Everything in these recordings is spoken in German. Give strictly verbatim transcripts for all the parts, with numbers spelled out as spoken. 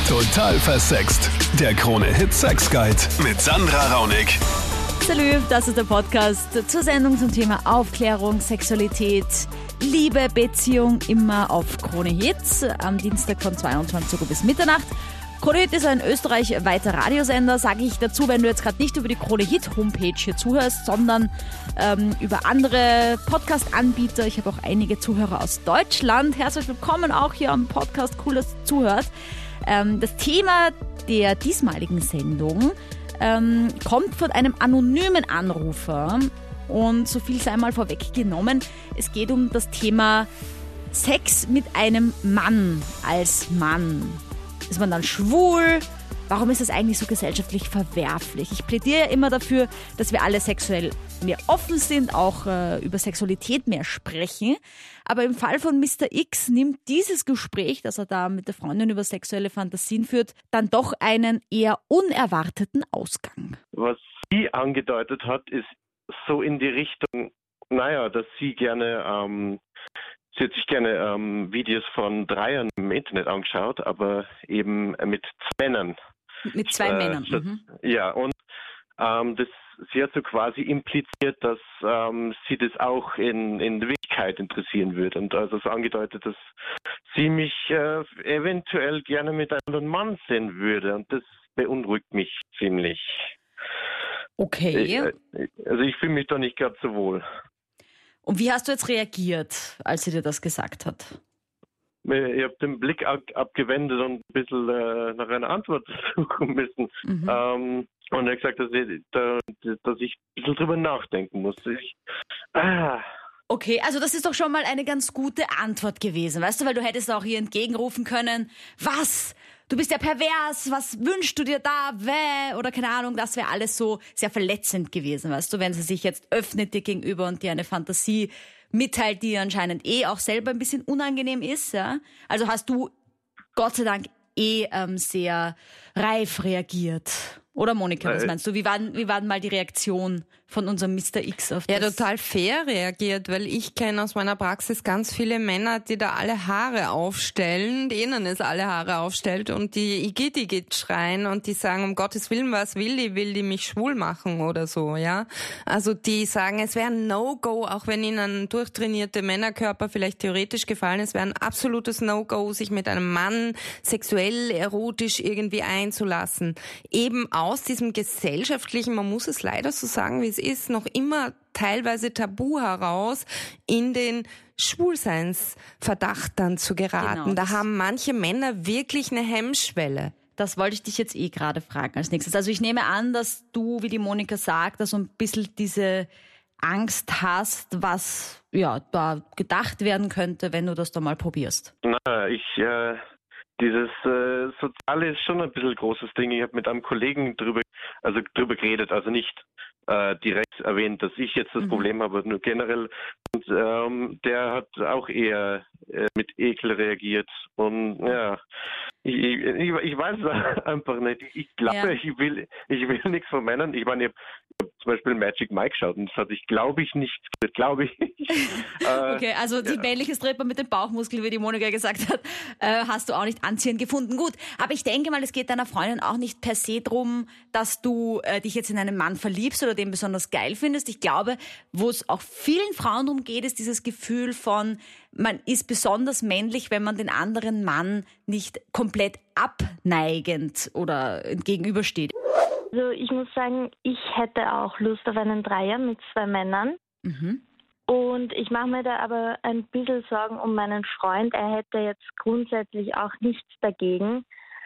Total versext. Der Krone-Hit Sex Guide mit Sandra Raunig. Salü, das ist der Podcast zur Sendung zum Thema Aufklärung, Sexualität, Liebe, Beziehung, immer auf Krone Hits am Dienstag von zweiundzwanzig Uhr bis Mitternacht. Krone Hit ist ein österreichweiter Radiosender, sage ich dazu, wenn du jetzt gerade nicht über die Krone Hit Homepage hier zuhörst, sondern ähm, über andere Podcast-Anbieter. Ich habe auch einige Zuhörer aus Deutschland. Herzlich willkommen auch hier am Podcast. Cool, dass du zuhörst. Ähm, das Thema der diesmaligen Sendung ähm, kommt von einem anonymen Anrufer. Und so viel sei mal vorweggenommen. Es geht um das Thema Sex mit einem Mann als Mann. Ist man dann schwul? Warum ist das eigentlich so gesellschaftlich verwerflich? Ich plädiere ja immer dafür, dass wir alle sexuell mehr offen sind, auch äh, über Sexualität mehr sprechen. Aber im Fall von Mister X nimmt dieses Gespräch, das er da mit der Freundin über sexuelle Fantasien führt, dann doch einen eher unerwarteten Ausgang. Was sie angedeutet hat, ist so in die Richtung, naja, dass sie gerne... Ähm Sie hat sich gerne ähm, Videos von Dreiern im Internet angeschaut, aber eben mit zwei Männern. Mit zwei äh, Männern. Das, mhm. Ja, und ähm, das, sie hat so quasi impliziert, dass ähm, sie das auch in, in Wirklichkeit interessieren würde. Und also so angedeutet, dass sie mich äh, eventuell gerne mit einem anderen Mann sehen würde. Und das beunruhigt mich ziemlich. Okay. Ich, also ich fühle mich da nicht gerade so wohl. Und wie hast du jetzt reagiert, als sie dir das gesagt hat? Ich habe den Blick ab, abgewendet und ein bisschen äh, nach einer Antwort suchen müssen. Mhm. Ähm, und er hat gesagt, dass ich, da, dass ich ein bisschen drüber nachdenken muss. Ich, ah. Okay, also das ist doch schon mal eine ganz gute Antwort gewesen, weißt du, weil du hättest auch hier entgegenrufen können, was? Du bist ja pervers, was wünschst du dir da, wäh, oder keine Ahnung, das wäre alles so sehr verletzend gewesen, weißt du, wenn sie sich jetzt öffnet dir gegenüber und dir eine Fantasie mitteilt, die anscheinend eh auch selber ein bisschen unangenehm ist, ja. Also hast du Gott sei Dank eh ähm, sehr reif reagiert. Oder Monika, was meinst du? Wie war, wie war denn mal die Reaktion von unserem Mister X auf das? Ja, total fair reagiert, weil ich kenne aus meiner Praxis ganz viele Männer, die da alle Haare aufstellen, denen es alle Haare aufstellt und die Igitt, Igitt schreien und die sagen, um Gottes Willen, was will die? Will die mich schwul machen oder so, ja? Also die sagen, es wäre ein No-Go, auch wenn ihnen durchtrainierte Männerkörper vielleicht theoretisch gefallen, es wäre ein absolutes No-Go, sich mit einem Mann sexuell, erotisch irgendwie einzulassen. Eben auch aus diesem gesellschaftlichen, man muss es leider so sagen, wie es ist, noch immer teilweise Tabu heraus in den Schwulseinsverdacht dann zu geraten. Genau, da haben manche Männer wirklich eine Hemmschwelle. Das wollte ich dich jetzt eh gerade fragen als nächstes. Also ich nehme an, dass du, wie die Monika sagt, da so ein bisschen diese Angst hast, was ja da gedacht werden könnte, wenn du das da mal probierst. Na, ich... Äh Dieses äh, Soziale ist schon ein bisschen ein großes Ding. Ich habe mit einem Kollegen drüber, also drüber geredet, also nicht äh, direkt erwähnt, dass ich jetzt das mhm. Problem habe, nur generell. Und ähm, der hat auch eher äh, mit Ekel reagiert. Und ja, ich, ich, ich weiß es einfach nicht. Ich glaube, ja. ich will ich will nichts von Männern. Ich meine, ich habe zum Beispiel Magic Mike geschaut und das hatte ich, glaube ich, nicht, glaube ich. Okay, also die ja. männliche Stripper mit den Bauchmuskeln, wie die Monika gesagt hat, äh, hast du auch nicht anziehend gefunden. Gut, aber ich denke mal, es geht deiner Freundin auch nicht per se drum, dass du äh, dich jetzt in einen Mann verliebst oder den besonders geil findest. Ich glaube, wo es auch vielen Frauen darum geht, ist dieses Gefühl von, man ist besonders männlich, wenn man den anderen Mann nicht komplett abneigend oder gegenübersteht. Also ich muss sagen, ich hätte auch Lust auf einen Dreier mit zwei Männern. Mhm. Und ich mache mir da aber ein bisschen Sorgen um meinen Freund. Er hätte jetzt grundsätzlich auch nichts dagegen.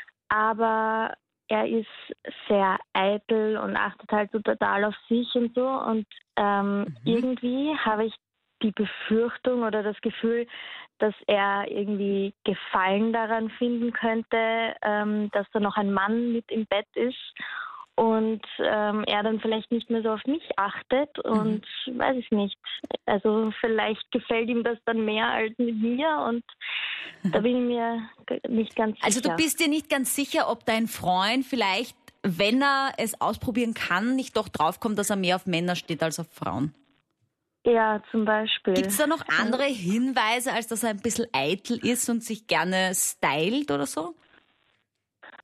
Aber er ist sehr eitel und achtet halt so total auf sich und so. Und ähm, mhm. irgendwie habe ich die Befürchtung oder das Gefühl, dass er irgendwie Gefallen daran finden könnte, ähm, dass da noch ein Mann mit im Bett ist. Und ähm, er dann vielleicht nicht mehr so auf mich achtet und mhm. weiß ich nicht. Also vielleicht gefällt ihm das dann mehr als mit mir und da bin ich mir nicht ganz sicher. Also du bist dir nicht ganz sicher, ob dein Freund vielleicht, wenn er es ausprobieren kann, nicht doch draufkommt, dass er mehr auf Männer steht als auf Frauen? Ja, zum Beispiel. Gibt es da noch andere Hinweise, als dass er ein bisschen eitel ist und sich gerne stylt oder so?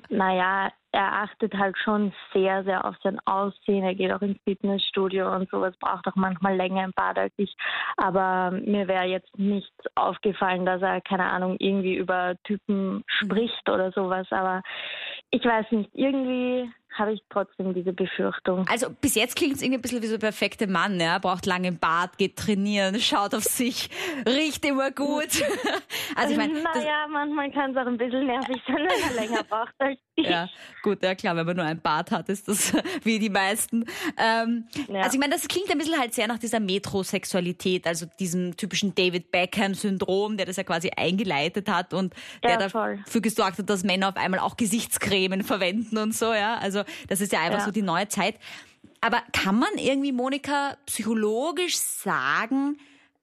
naja, er achtet halt schon sehr, sehr auf sein Aussehen. Er geht auch ins Fitnessstudio und sowas, braucht auch manchmal länger im Bad als ich. Aber mir wäre jetzt nicht aufgefallen, dass er, keine Ahnung, irgendwie über Typen spricht oder sowas. Aber ich weiß nicht, irgendwie habe ich trotzdem diese Befürchtung. Also bis jetzt klingt es irgendwie ein bisschen wie so der perfekte Mann. Ja? Braucht lange im Bad, geht trainieren, schaut auf sich, riecht immer gut. Also ich meine, naja, manchmal kann es auch ein bisschen nervig sein, wenn er länger braucht als ich. Ja, gut, ja klar, wenn man nur ein Bad hat, ist das wie die meisten. Ähm, ja. Also ich meine, das klingt ein bisschen halt sehr nach dieser Metrosexualität, also diesem typischen David Beckham-Syndrom, der das ja quasi eingeleitet hat und der ja, dafür gesorgt hat, dass Männer auf einmal auch Gesichtscremen verwenden und so, ja. Also das ist ja einfach ja. so die neue Zeit. Aber kann man irgendwie, Monika, psychologisch sagen,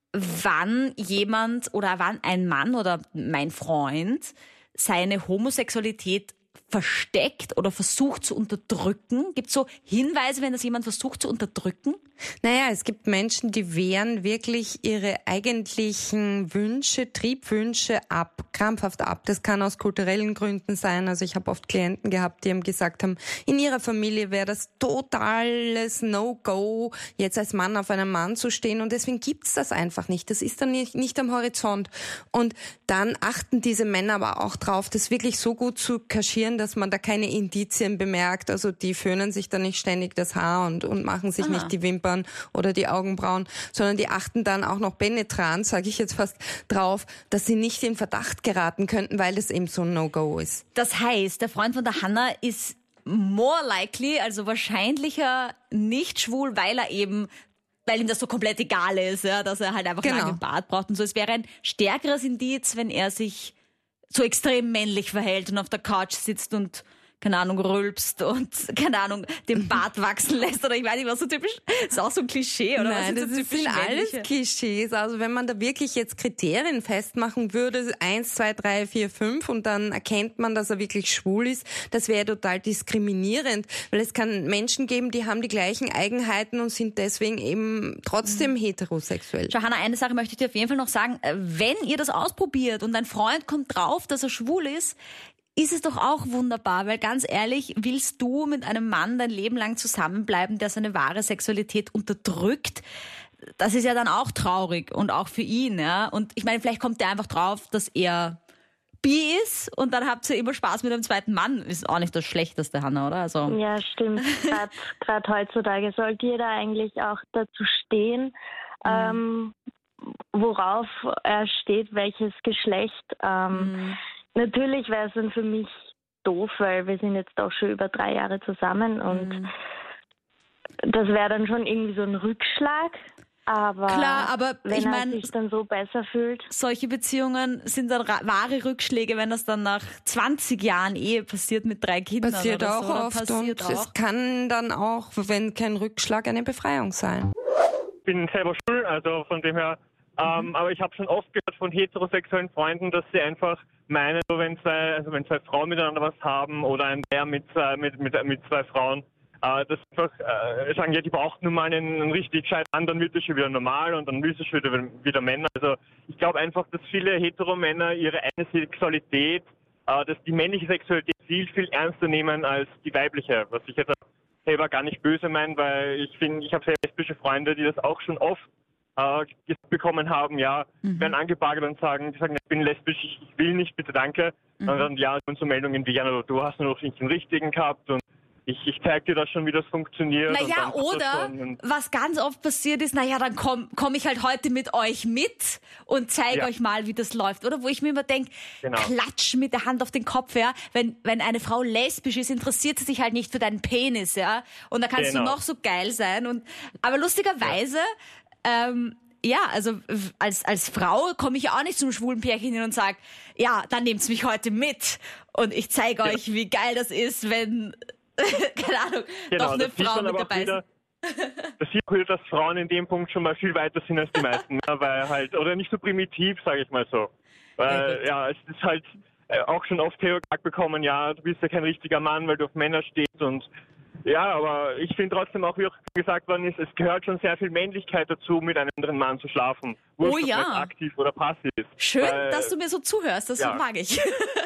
wann jemand oder wann ein Mann oder mein Freund seine Homosexualität versteckt oder versucht zu unterdrücken? Gibt es so Hinweise, wenn das jemand versucht zu unterdrücken? Naja, es gibt Menschen, die wehren wirklich ihre eigentlichen Wünsche, Triebwünsche ab, krampfhaft ab. Das kann aus kulturellen Gründen sein. Also ich habe oft Klienten gehabt, die haben gesagt haben, in ihrer Familie wäre das totales No-Go, jetzt als Mann auf einen Mann zu stehen. Und deswegen gibt's das einfach nicht. Das ist dann nicht, nicht am Horizont. Und dann achten diese Männer aber auch drauf, das wirklich so gut zu kaschieren, dass man da keine Indizien bemerkt. Also die föhnen sich dann nicht ständig das Haar und, und machen sich Aha. nicht die Wimpern oder die Augenbrauen, sondern die achten dann auch noch penetrant, sage ich jetzt fast, drauf, dass sie nicht in Verdacht geraten könnten, weil das eben so ein No-Go ist. Das heißt, der Freund von der Hannah ist more likely, also wahrscheinlicher nicht schwul, weil er eben weil ihm das so komplett egal ist, ja, dass er halt einfach genau. lange Bart braucht und so. Es wäre ein stärkeres Indiz, wenn er sich so extrem männlich verhält und auf der Couch sitzt und keine Ahnung, rülpst und, keine Ahnung, den Bart wachsen lässt oder ich weiß nicht, was so typisch, ist auch so ein Klischee, oder? Nein, was das so sind alles Klischees. Also wenn man da wirklich jetzt Kriterien festmachen würde, eins, zwei, drei, vier, fünf und dann erkennt man, dass er wirklich schwul ist, das wäre total diskriminierend, weil es kann Menschen geben, die haben die gleichen Eigenheiten und sind deswegen eben trotzdem mhm. heterosexuell. Schau, Hannah, eine Sache möchte ich dir auf jeden Fall noch sagen. Wenn ihr das ausprobiert und dein Freund kommt drauf, dass er schwul ist, ist es doch auch wunderbar, weil ganz ehrlich, willst du mit einem Mann dein Leben lang zusammenbleiben, der seine wahre Sexualität unterdrückt? Das ist ja dann auch traurig und auch für ihn, ja. Und ich meine, vielleicht kommt der einfach drauf, dass er bi ist und dann habt ihr immer Spaß mit einem zweiten Mann. Ist auch nicht das Schlechteste, Hannah, oder? Also ja, stimmt. Gerade heutzutage sollte jeder eigentlich auch dazu stehen, mhm. ähm, worauf er steht, welches Geschlecht. Ähm, mhm. Natürlich wäre es dann für mich doof, weil wir sind jetzt auch schon über drei Jahre zusammen und mhm. das wäre dann schon irgendwie so ein Rückschlag. Aber, Klar, aber wenn ich er mein, sich dann so besser fühlt. Solche Beziehungen sind dann ra- wahre Rückschläge, wenn das dann nach zwanzig Jahren Ehe passiert mit drei Kindern. Passiert oder auch so, oft passiert und auch. es kann dann auch, wenn kein Rückschlag, eine Befreiung sein. Ich bin selber schwul, also von dem her. Ähm, aber ich habe schon oft gehört von heterosexuellen Freunden, dass sie einfach meinen, so wenn zwei, also wenn zwei Frauen miteinander was haben oder ein Bär mit zwei, mit, mit, mit zwei Frauen, äh, das einfach äh, sagen, ja, die braucht nur mal einen, einen richtig gescheiten Mann, dann wird das schon wieder normal und dann wird es schon wieder, wieder Männer. Also ich glaube einfach, dass viele Hetero-Männer ihre eigene Sexualität, äh, dass die männliche Sexualität viel, viel ernster nehmen als die weibliche, was ich jetzt selber gar nicht böse meine, weil ich finde, ich habe sehr lesbische Freunde, die das auch schon oft äh, bekommen haben, ja, mhm. werden angebaggert und sagen, die sagen, ich bin lesbisch, ich, ich will nicht, bitte danke. Mhm. Und dann, ja, und so Meldungen wie, ja, du hast nur noch nicht den richtigen gehabt und ich, ich zeig dir das schon, wie das funktioniert. Naja, oder was ganz oft passiert ist, naja, dann komm, komm ich halt heute mit euch mit und zeige ja. euch mal, wie das läuft. Oder wo ich mir immer denke, genau. klatsch mit der Hand auf den Kopf, ja. Wenn, wenn eine Frau lesbisch ist, interessiert sie sich halt nicht für deinen Penis, ja. Und da kannst genau. du noch so geil sein. Und, aber lustigerweise, ja. ähm, ja, also als als Frau komme ich auch nicht zum schwulen Pärchen hin und sage, ja, dann nehmt's mich heute mit und ich zeige ja. euch, wie geil das ist, wenn, keine Ahnung, genau, doch eine Frau mit dabei ist. Das sieht man, dass Frauen in dem Punkt schon mal viel weiter sind als die meisten, ja, weil halt, oder nicht so primitiv, sage ich mal so. Weil, ja, ja, es ist halt auch schon oft gesagt bekommen, ja, du bist ja kein richtiger Mann, weil du auf Männer stehst und ja, aber ich finde trotzdem auch, wie auch gesagt worden ist, es gehört schon sehr viel Männlichkeit dazu, mit einem anderen Mann zu schlafen. Wurscht, oh ja. Ob man aktiv oder passiv ist. Schön, weil, dass du mir so zuhörst, das ja. mag ich.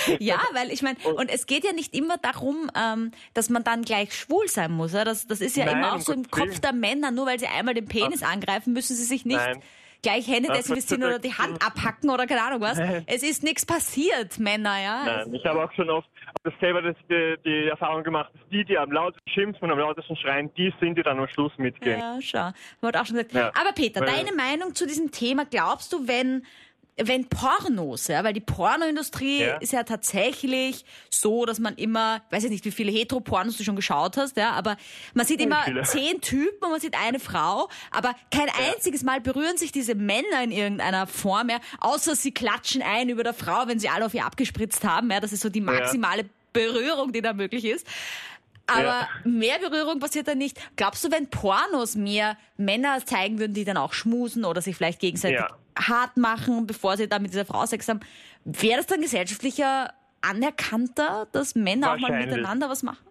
Ja, weil ich meine, und es geht ja nicht immer darum, ähm, dass man dann gleich schwul sein muss. Ja? Das, das ist ja Nein, immer auch um so im Gottes Kopf Willen. der Männer. Nur weil sie einmal den Penis angreifen, müssen sie sich nicht Nein. gleich Hände Das desinfizieren oder die Hand abhacken oder keine Ahnung was. Nein. Es ist nichts passiert, Männer, ja. Nein, ich habe auch schon oft das selber das, die, die Erfahrung gemacht, dass die, die am lautesten schimpfen und am lautesten schreien, die sind, die dann am Schluss mitgehen. Ja, schau. Wurde auch schon gesagt. Ja. Aber Peter, Weil- deine Meinung zu diesem Thema, glaubst du, wenn wenn Pornos, ja, weil die Pornoindustrie Ja. ist ja tatsächlich so, dass man immer, ich weiß jetzt nicht, wie viele Hetero-Pornos du schon geschaut hast, ja, aber man sieht immer viele. zehn Typen und man sieht eine Frau, aber kein einziges Mal berühren sich diese Männer in irgendeiner Form, ja, außer sie klatschen ein über der Frau, wenn sie alle auf ihr abgespritzt haben, ja, das ist so die maximale Berührung, die da möglich ist. Aber Ja. mehr Berührung passiert da nicht. Glaubst du, wenn Pornos mehr Männer zeigen würden, die dann auch schmusen oder sich vielleicht gegenseitig Ja. hart machen, bevor sie dann mit dieser Frau Sex haben, wäre das dann gesellschaftlicher anerkannter, dass Männer auch mal Wahrscheinlich. miteinander was machen?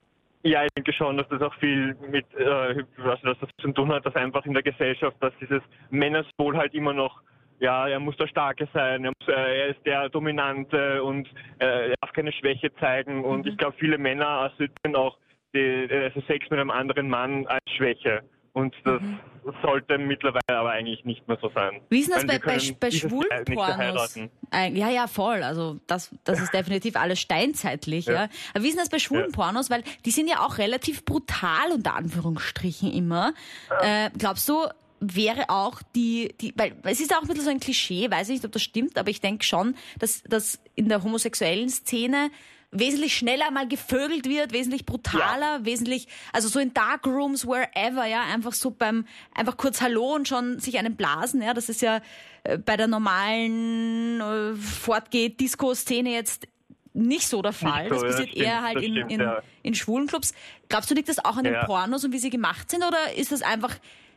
Ja, ich denke schon, dass das auch viel mit, äh, was das zu tun hat, dass einfach in der Gesellschaft, dass dieses Männersymbol halt immer noch, ja, er muss der Starke sein, er, muss, äh, er ist der Dominante und äh, er darf keine Schwäche zeigen. Und Mhm. ich glaube, viele Männer assoziieren auch die, also Sex mit einem anderen Mann als Schwäche. Und das Mhm. sollte mittlerweile aber eigentlich nicht mehr so sein. Wie ist denn das Weil bei, wir bei, können bei dieses schwulen nicht Pornos? verheiraten. Ein- Ja, ja, voll. Also das, das ist definitiv alles steinzeitlich. Ja. Ja. Aber wie ist denn das bei schwulen Ja. Pornos? Weil die sind ja auch relativ brutal, unter Anführungsstrichen immer. Äh, glaubst du, wäre auch die, die, weil es ist auch ein bisschen so ein Klischee, weiß ich nicht, ob das stimmt, aber ich denke schon, dass, dass in der homosexuellen Szene wesentlich schneller mal gevögelt wird, wesentlich brutaler, wesentlich, also so in Darkrooms, wherever, ja, einfach so beim, einfach kurz Hallo und schon sich einen blasen, ja, das ist ja äh, bei der normalen äh, Fortgeht-Disco-Szene jetzt nicht so der Fall. so, das ja, passiert stimmt, eher halt das in, stimmt, in, ja. in schwulen Clubs. Glaubst du, liegt das auch an den Ja. Pornos und wie sie gemacht sind, oder ist das einfach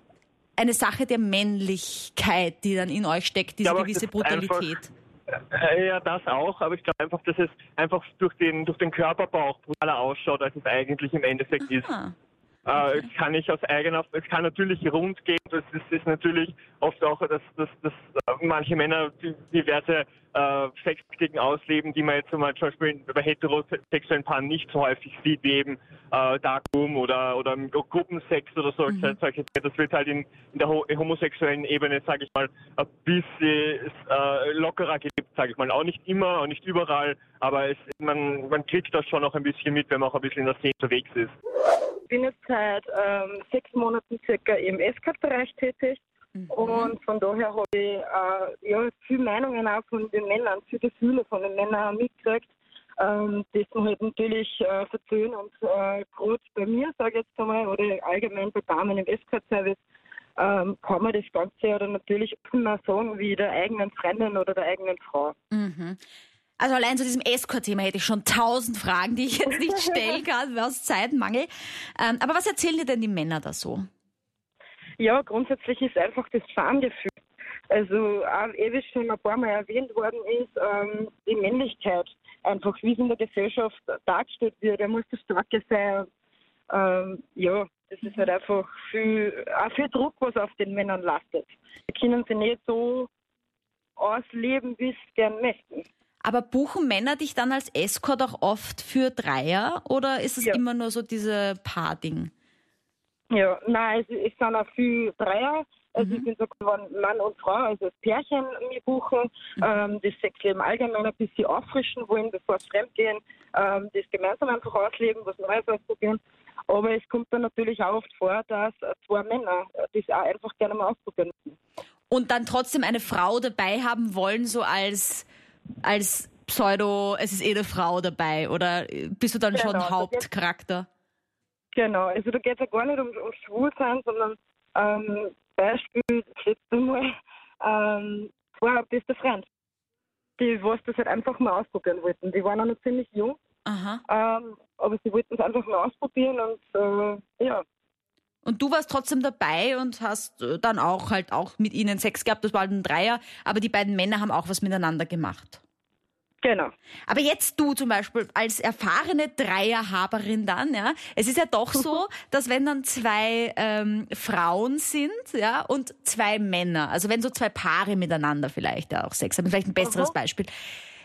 eine Sache der Männlichkeit, die dann in euch steckt, diese Ich glaube, gewisse das ist einfach- Brutalität? Äh, Ja, das auch, aber ich glaube einfach, dass es einfach durch den, durch den Körperbau brutaler ausschaut, als es eigentlich im Endeffekt ist. Ah. Äh, es kann nicht aus eigener, es kann natürlich rund gehen. Es ist, ist natürlich oft auch, dass, dass, dass äh, manche Männer die- diverse äh, Sexpraktiken ausleben, die man jetzt zum Beispiel bei heterosexuellen Paaren nicht so häufig sieht, wie eben äh, Darkroom oder oder Gruppensex oder solche, Mhm. solche Dinge. Das wird halt in, in der ho homosexuellen Ebene, sage ich mal, ein bisschen äh, lockerer gelebt, sage ich mal. Auch nicht immer, auch nicht überall, aber es, man, man kriegt das schon noch ein bisschen mit, wenn man auch ein bisschen in der Szene unterwegs ist. Ich bin jetzt seit ähm, sechs Monaten circa im S-Cut-Bereich tätig und von daher habe ich äh, ja, viele Meinungen auch von den Männern, viele Gefühle von den Männern mitgekriegt, ähm, das man halt natürlich äh, verzöhnen und äh, gerade bei mir, sage ich jetzt einmal, oder allgemein bei Damen im S-Cut-Service, ähm, kann man das Ganze oder natürlich immer sagen wie der eigenen Freundin oder der eigenen Frau. Mhm. Also allein zu diesem Escort-Thema hätte ich schon tausend Fragen, die ich jetzt nicht stellen kann, aus Zeitmangel. Ähm, aber was erzählen dir denn die Männer da so? Ja, grundsätzlich ist einfach das Schamgefühl. Also, auch eh, wie schon ein paar Mal erwähnt worden ist, ähm, die Männlichkeit. Einfach, wie es in der Gesellschaft dargestellt wird. Er muss der Starke sein. Ähm, ja, das ist halt einfach viel, auch viel Druck, was auf den Männern lastet. Die können sie nicht so ausleben, wie sie gern möchten. Aber buchen Männer dich dann als Escort auch oft für Dreier oder ist es Ja. immer nur so diese Paar-Ding? Ja, nein, es, es sind auch viele Dreier. Also ich bin so geworden, Mann und Frau, also als Pärchen mir buchen, ähm, das Sexleben allgemein ein bisschen auffrischen wollen, bevor es fremdgehen, ähm, das gemeinsam einfach ausleben, was Neues ausprobieren. Aber es kommt dann natürlich auch oft vor, dass äh, zwei Männer äh, das auch einfach gerne mal ausprobieren müssen. Und dann trotzdem eine Frau dabei haben wollen, so als, als Pseudo, es ist eh eine Frau dabei, oder bist du dann Genau, schon also Hauptcharakter? Genau, also da geht es ja gar nicht um, um Schwulsein, sondern ähm, Beispiel, letzte Mal, ähm, war ein bester Freund, die was das halt einfach mal ausprobieren wollten. Die waren auch noch ziemlich jung, Aha. ähm, aber sie wollten es einfach mal ausprobieren und äh, ja. Und du warst trotzdem dabei und hast äh, dann auch halt auch mit ihnen Sex gehabt, das war halt ein Dreier, aber die beiden Männer haben auch was miteinander gemacht. Genau. Aber jetzt du zum Beispiel als erfahrene Dreierhaberin dann, ja, es ist ja doch so, dass wenn dann zwei ähm, Frauen sind, ja, und zwei Männer, also wenn so zwei Paare miteinander vielleicht ja, auch Sex haben, vielleicht ein besseres Aha. Beispiel,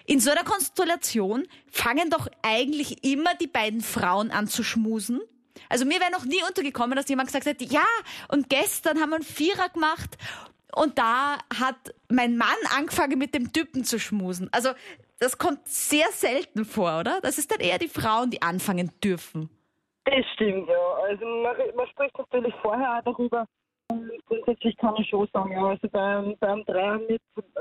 In so einer Konstellation fangen doch eigentlich immer die beiden Frauen an zu schmusen. Also mir wäre noch nie untergekommen, dass jemand gesagt hat, ja, und gestern haben wir einen Vierer gemacht und da hat mein Mann angefangen mit dem Typen zu schmusen. Also das kommt sehr selten vor, oder? Das ist dann eher die Frauen, die anfangen dürfen. Das stimmt, ja. Also man, man spricht natürlich vorher auch darüber. Grundsätzlich kann ich schon sagen, ja, also beim, beim Dreier mit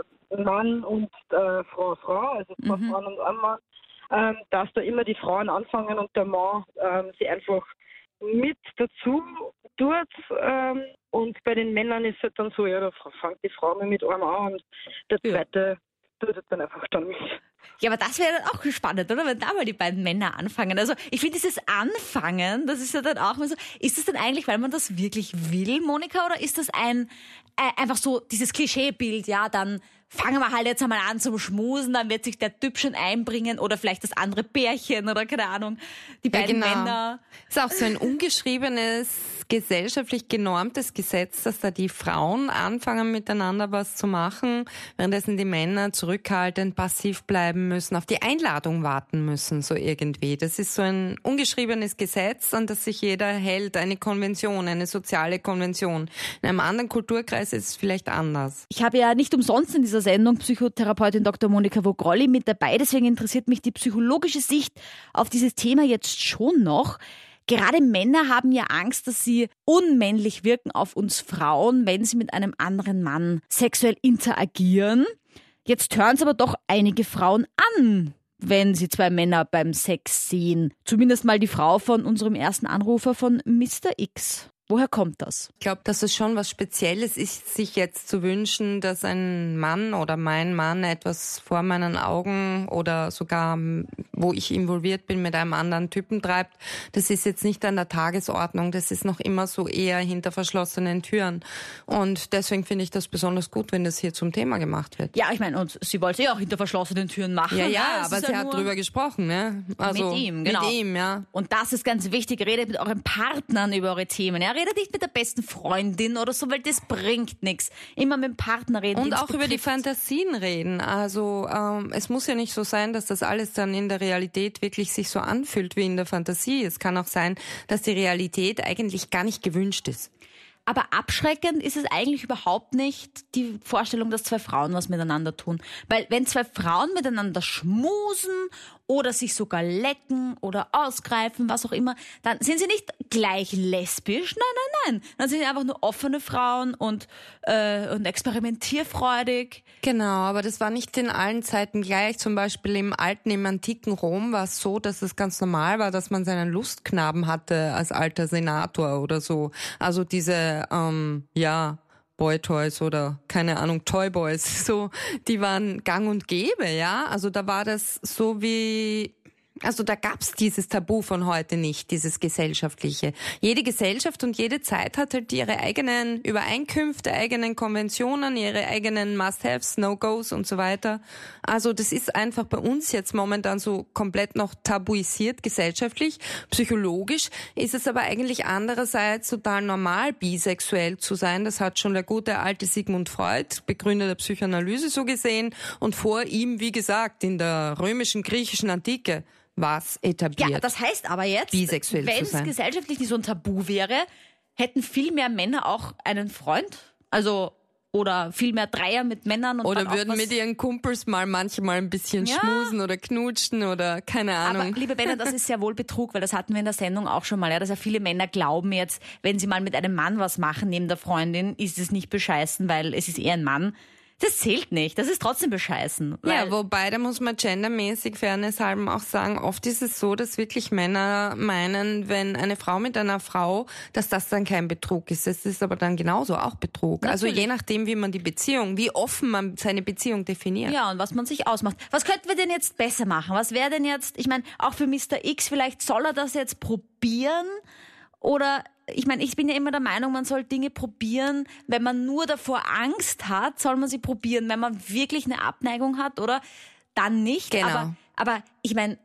Mann und äh, Frau, Frau, also zwei mhm. Frauen und ein Mann, ähm, dass da immer die Frauen anfangen und der Mann ähm, sie einfach mit dazu tut. Ähm, und bei den Männern ist es dann so, ja, da fängt die Frau mit einem an und der zweite ja. tut es dann einfach dann mit. Ja, aber das wäre dann auch spannend, oder? Wenn da mal die beiden Männer anfangen. Also ich finde dieses Anfangen, das ist ja dann auch mal so, ist das denn eigentlich, weil man das wirklich will, Monika, oder ist das ein äh, einfach so dieses Klischeebild, ja, dann fangen wir halt jetzt einmal an zum Schmusen, dann wird sich der Typ schon einbringen oder vielleicht das andere Pärchen oder keine Ahnung, die beiden ja, genau. Männer. Ist auch so ein ungeschriebenes, gesellschaftlich genormtes Gesetz, dass da die Frauen anfangen miteinander was zu machen, währenddessen die Männer zurückhaltend, passiv bleiben müssen, auf die Einladung warten müssen, so irgendwie. Das ist so ein ungeschriebenes Gesetz, an das sich jeder hält, eine Konvention, eine soziale Konvention. In einem anderen Kulturkreis ist es vielleicht anders. Ich habe ja nicht umsonst in dieser Sendung Psychotherapeutin Doktor Monika Vogrolli mit dabei, deswegen interessiert mich die psychologische Sicht auf dieses Thema jetzt schon noch. Gerade Männer haben ja Angst, dass sie unmännlich wirken auf uns Frauen, wenn sie mit einem anderen Mann sexuell interagieren. Jetzt hören es aber doch einige Frauen an, wenn sie zwei Männer beim Sex sehen. Zumindest mal die Frau von unserem ersten Anrufer von Mister X. Woher kommt das? Ich glaube, dass es schon was Spezielles ist, sich jetzt zu wünschen, dass ein Mann oder mein Mann etwas vor meinen Augen oder sogar, wo ich involviert bin, mit einem anderen Typen treibt. Das ist jetzt nicht an der Tagesordnung. Das ist noch immer so eher hinter verschlossenen Türen. Und deswegen finde ich das besonders gut, wenn das hier zum Thema gemacht wird. Ja, ich meine, und sie wollte es ja auch hinter verschlossenen Türen machen. Ja, ja, ja aber sie ja hat drüber gesprochen, ne? Also mit ihm, genau. Mit ihm, ja. Und das ist ganz wichtig. Redet mit euren Partnern über eure Themen, ja? Redet nicht mit der besten Freundin oder so, weil das bringt nichts. Immer mit dem Partner reden. Und auch über die Fantasien reden. Also ähm, es muss ja nicht so sein, dass das alles dann in der Realität wirklich sich so anfühlt wie in der Fantasie. Es kann auch sein, dass die Realität eigentlich gar nicht gewünscht ist. Aber abschreckend ist es eigentlich überhaupt nicht die Vorstellung, dass zwei Frauen was miteinander tun. Weil wenn zwei Frauen miteinander schmusen oder sich sogar lecken oder ausgreifen, was auch immer, dann sind sie nicht gleich lesbisch. Nein, nein, nein. Dann sind sie einfach nur offene Frauen und, äh, und experimentierfreudig. Genau, aber das war nicht in allen Zeiten gleich. Zum Beispiel im alten, im antiken Rom war es so, dass es ganz normal war, dass man seinen Lustknaben hatte als alter Senator oder so. Also diese, ähm, ja... Boy-Toys oder, keine Ahnung, Toy-Boys, so, die waren gang und gäbe, ja. Also da war das so wie, also da gab's dieses Tabu von heute nicht, dieses gesellschaftliche. Jede Gesellschaft und jede Zeit hat halt ihre eigenen Übereinkünfte, eigenen Konventionen, ihre eigenen Must-Haves, No-Gos und so weiter. Also das ist einfach bei uns jetzt momentan so komplett noch tabuisiert gesellschaftlich. Psychologisch ist es aber eigentlich andererseits total normal, bisexuell zu sein. Das hat schon der gute alte Sigmund Freud, Begründer der Psychoanalyse, so gesehen. Und vor ihm, wie gesagt, in der römischen, griechischen Antike was etabliert. Ja, das heißt aber jetzt, bisexuell wenn es gesellschaftlich nicht so ein Tabu wäre, hätten viel mehr Männer auch einen Freund? Also, oder viel mehr Dreier mit Männern? Und oder dann würden auch was mit ihren Kumpels mal manchmal ein bisschen ja. schmusen oder knutschen oder keine Ahnung. Aber liebe Männer, das ist ja wohl Betrug, weil das hatten wir in der Sendung auch schon mal, ja, dass ja viele Männer glauben jetzt, wenn sie mal mit einem Mann was machen neben der Freundin, ist es nicht bescheißen, weil es ist eher ein Mann. Das zählt nicht, das ist trotzdem bescheißen. Ja, wobei, da muss man gendermäßig Fairness halben auch sagen, oft ist es so, dass wirklich Männer meinen, wenn eine Frau mit einer Frau, dass das dann kein Betrug ist. Das ist aber dann genauso auch Betrug. Natürlich. Also je nachdem, wie man die Beziehung, wie offen man seine Beziehung definiert. Ja, und was man sich ausmacht. Was könnten wir denn jetzt besser machen? Was wäre denn jetzt, ich meine, auch für Mister X, vielleicht soll er das jetzt probieren oder... Ich meine, ich bin ja immer der Meinung, man soll Dinge probieren, wenn man nur davor Angst hat, soll man sie probieren. Wenn man wirklich eine Abneigung hat, oder? Dann nicht. Genau. Aber, aber ich meine,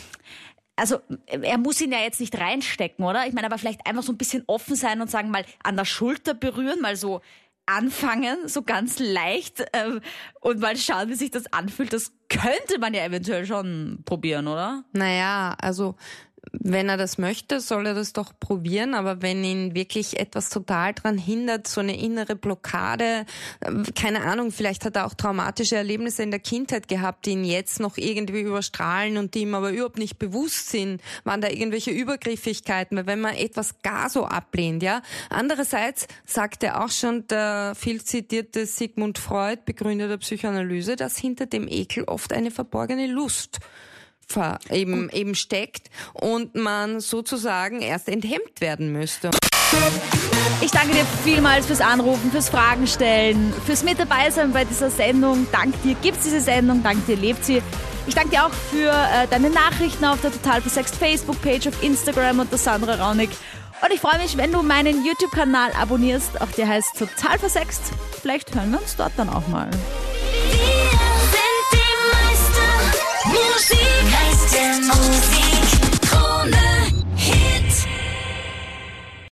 also er muss ihn ja jetzt nicht reinstecken, oder? Ich meine, aber vielleicht einfach so ein bisschen offen sein und sagen, mal an der Schulter berühren, mal so anfangen, so ganz leicht äh, und mal schauen, wie sich das anfühlt. Das könnte man ja eventuell schon probieren, oder? Naja, also wenn er das möchte, soll er das doch probieren, aber wenn ihn wirklich etwas total dran hindert, so eine innere Blockade, keine Ahnung, vielleicht hat er auch traumatische Erlebnisse in der Kindheit gehabt, die ihn jetzt noch irgendwie überstrahlen und die ihm aber überhaupt nicht bewusst sind, waren da irgendwelche Übergriffigkeiten, weil wenn man etwas gar so ablehnt, ja. Andererseits sagt er auch schon, der viel zitierte Sigmund Freud, Begründer der Psychoanalyse, dass hinter dem Ekel oft eine verborgene Lust eben, eben steckt und man sozusagen erst enthemmt werden müsste. Ich danke dir vielmals fürs Anrufen, fürs Fragen stellen, fürs Mit dabei sein bei dieser Sendung. Dank dir gibt's diese Sendung, dank dir lebt sie. Ich danke dir auch für äh, deine Nachrichten auf der Total Versext Facebook-Page, auf Instagram unter Sandra Raunig. Und ich freue mich, wenn du meinen YouTube-Kanal abonnierst. Auch der heißt Total Versext. Vielleicht hören wir uns dort dann auch mal.